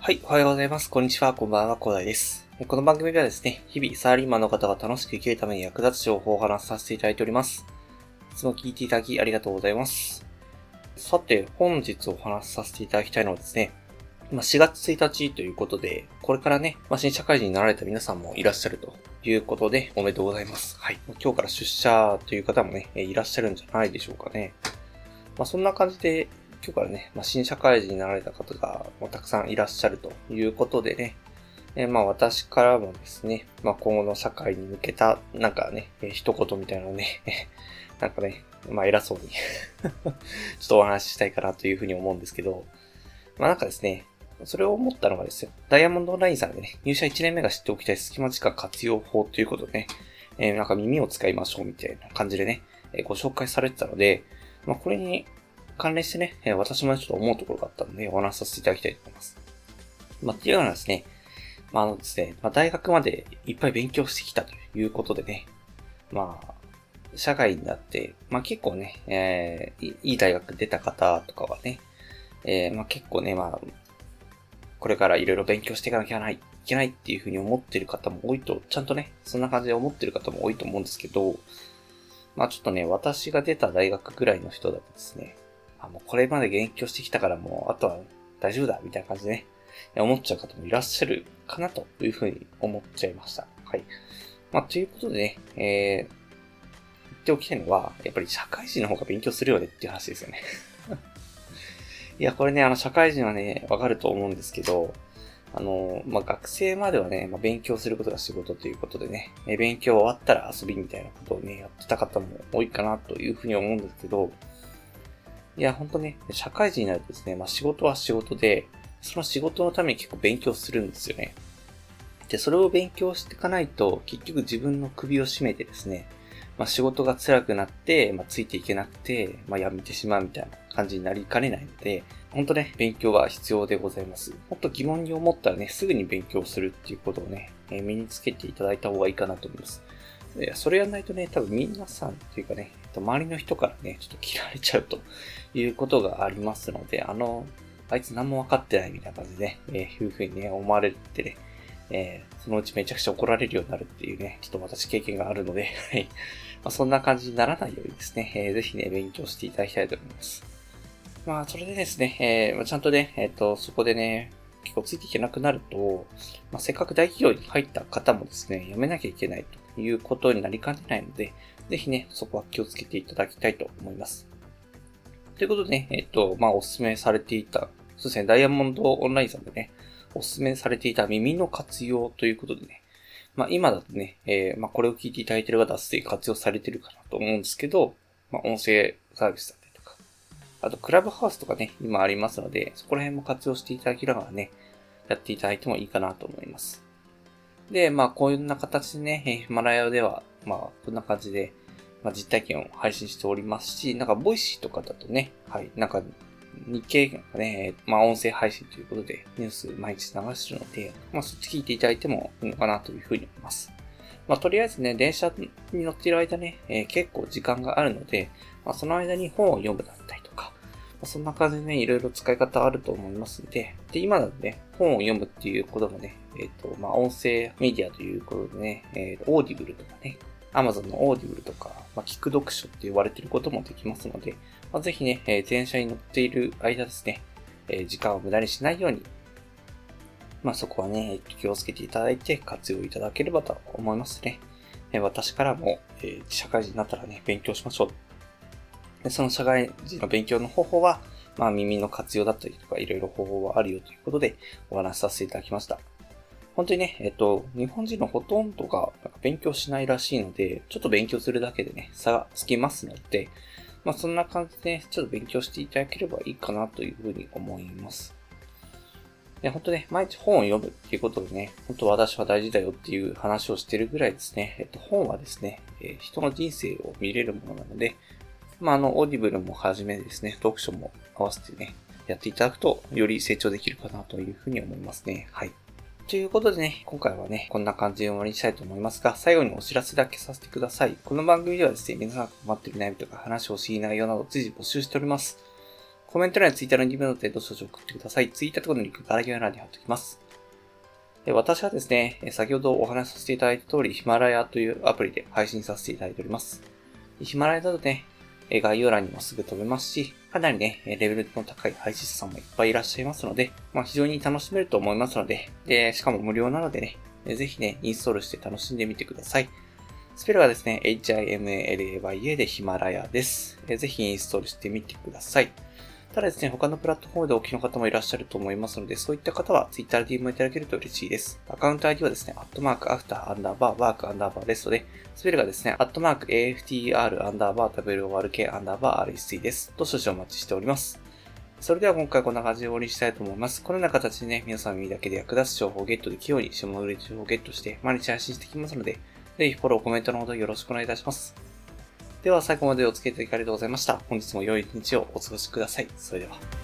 はい、おはようございます。こんにちは、こんばんは、広大です。この番組ではですね、日々サラリーマンの方が楽しく生きるために役立つ情報をお話しさせていただいております。いつも聞いていただきありがとうございます。さて、本日お話しさせていただきたいのはですね、4月1日ということで、これからね、新社会人になられた皆さんもいらっしゃるということで、おめでとうございます。はい。今日から出社という方もね、いらっしゃるんじゃないでしょうかね。そんな感じで、今日からね、新社会人になられた方がたくさんいらっしゃるということでね、私からもですね、今後の社会に向けた、なんかね、一言みたいなのをね、なんかね、偉そうにちょっとお話ししたいかなというふうに思うんですけど、なんかですね、それを思ったのがですよ、ダイヤモンドオンラインさんでね、入社1年目が知っておきたい隙間時間活用法ということでね、なんか耳を使いましょうみたいな感じでね、ご紹介されてたので、これに関連してね、私もちょっと思うところがあったので、お話しさせていただきたいと思います。っていうのはですね、ですね、大学までいっぱい勉強してきたということでね、社会になって、結構ね、いい大学出た方とかはね、結構ね、これからいろいろ勉強していかなきゃいけないっていうふうに思ってる方も多いと、ちゃんとね、そんな感じで思ってる方も多いと思うんですけど、ちょっとね、私が出た大学ぐらいの人だとですね、もうこれまで勉強してきたからもう、あとは大丈夫だ、みたいな感じでね、思っちゃう方もいらっしゃるかなというふうに思っちゃいました。はい。ということでね、言っておきたいのは、やっぱり社会人の方が勉強するよねっていう話ですよね。いや、これね、社会人はね、わかると思うんですけど、学生まではね、勉強することが仕事ということでね、勉強終わったら遊びみたいなことをね、やってた方も多いかなというふうに思うんですけど、いや、ほんとね、社会人になるとですね、仕事は仕事で、その仕事のために結構勉強するんですよね。で、それを勉強していかないと、結局自分の首を絞めてですね、仕事が辛くなって、ついていけなくて、辞めてしまうみたいな感じになりかねないので、ほんとね、勉強は必要でございます。ほんと疑問に思ったらね、すぐに勉強するっていうことをね、身につけていただいた方がいいかなと思います。それやんないとね、多分皆さんっていうかね、周りの人からね、ちょっと嫌われちゃうということがありますので、あいつ何も分かってないみたいな感じでね、いう風にね、思われてね、そのうちめちゃくちゃ怒られるようになるっていうね、ちょっと私経験があるので、はい。そんな感じにならないようにですね、ぜひね、勉強していただきたいと思います。それでですね、ちゃんとね、そこでね、結構ついていけなくなると、せっかく大企業に入った方もですね、辞めなきゃいけないということになりかねないので、ぜひね、そこは気をつけていただきたいと思います。ということでね、おすすめされていた、そうですね、ダイヤモンドオンラインさんでね、おすすめされていた耳の活用ということでね、今だとね、これを聞いていただいている方はすでに活用されているかなと思うんですけど、音声サービスだったりとか、あとクラブハウスとかね、今ありますので、そこら辺も活用していただきながらね、やっていただいてもいいかなと思います。で、こういうな形でね、ヒマラヤでは、こんな感じで、実体験を配信しておりますし、ボイシーとかだとね、はい、日経がね、音声配信ということで、ニュース毎日流してるので、そっち聞いていただいてもいいのかなというふうに思います。とりあえずね、電車に乗っている間ね、結構時間があるので、その間に本を読むだったりとか、そんな感じでね、いろいろ使い方あると思いますので、今だとね、本を読むっていうこともね、音声メディアということでね、オーディブルとかね、Amazon のオーディブルとか、聞く読書って言われていることもできますので、ぜひね、電車に乗っている間ですね、時間を無駄にしないように、そこはね、気をつけていただいて活用いただければと思いますね。私からも、社会人になったらね、勉強しましょう。でその社会人の勉強の方法は、耳の活用だったりとか、いろいろ方法はあるよということでお話しさせていただきました。本当にね、日本人のほとんどが勉強しないらしいので、ちょっと勉強するだけでね、差がつきますので、そんな感じでね、ちょっと勉強していただければいいかなというふうに思います。で、本当ね、毎日本を読むっていうことでね、本当私は大事だよっていう話をしてるぐらいですね、本はですね、人の人生を見れるものなので、オーディブルもはじめですね、読書も合わせてね、やっていただくと、より成長できるかなというふうに思いますね。はい。ということでね、今回はね、こんな感じで終わりにしたいと思いますが、最後にお知らせだけさせてください。この番組ではですね、皆さんが困っている悩みとか話をしい内容など随時募集しております。 コメント欄や Twitter の DM などでどしどし送ってください。Twitter とかのリンク概要欄に貼っておきます。私はですね、先ほどお話しさせていただいた通り、ヒマラヤというアプリで配信させていただいております。ヒマラヤだとね、概要欄にもすぐ飛べますし、かなりね、レベルの高い配信者さんもいっぱいいらっしゃいますので、非常に楽しめると思いますので、しかも無料なのでね、ぜひね、インストールして楽しんでみてください。スペルはですね、HIMALAYA でヒマラヤです。ぜひインストールしてみてください。ただですね、他のプラットフォームでお聞きの方もいらっしゃると思いますので、そういった方は Twitter で DM いただけると嬉しいです。アカウント ID はですね、@after_work_rest で、スペルがですね、@AFTR_WORK_RSC です。どしどしお待ちしております。それでは今回こんな感じで終わりにしたいと思います。このような形でね、皆さん耳だけで役立つ情報をゲットできるように、下売れ情報をゲットして毎日配信していきますので、ぜひフォロー、コメントのほどよろしくお願いいたします。では最後までお付き合いいただきありがとうございました。本日も良い一日をお過ごしください。それでは。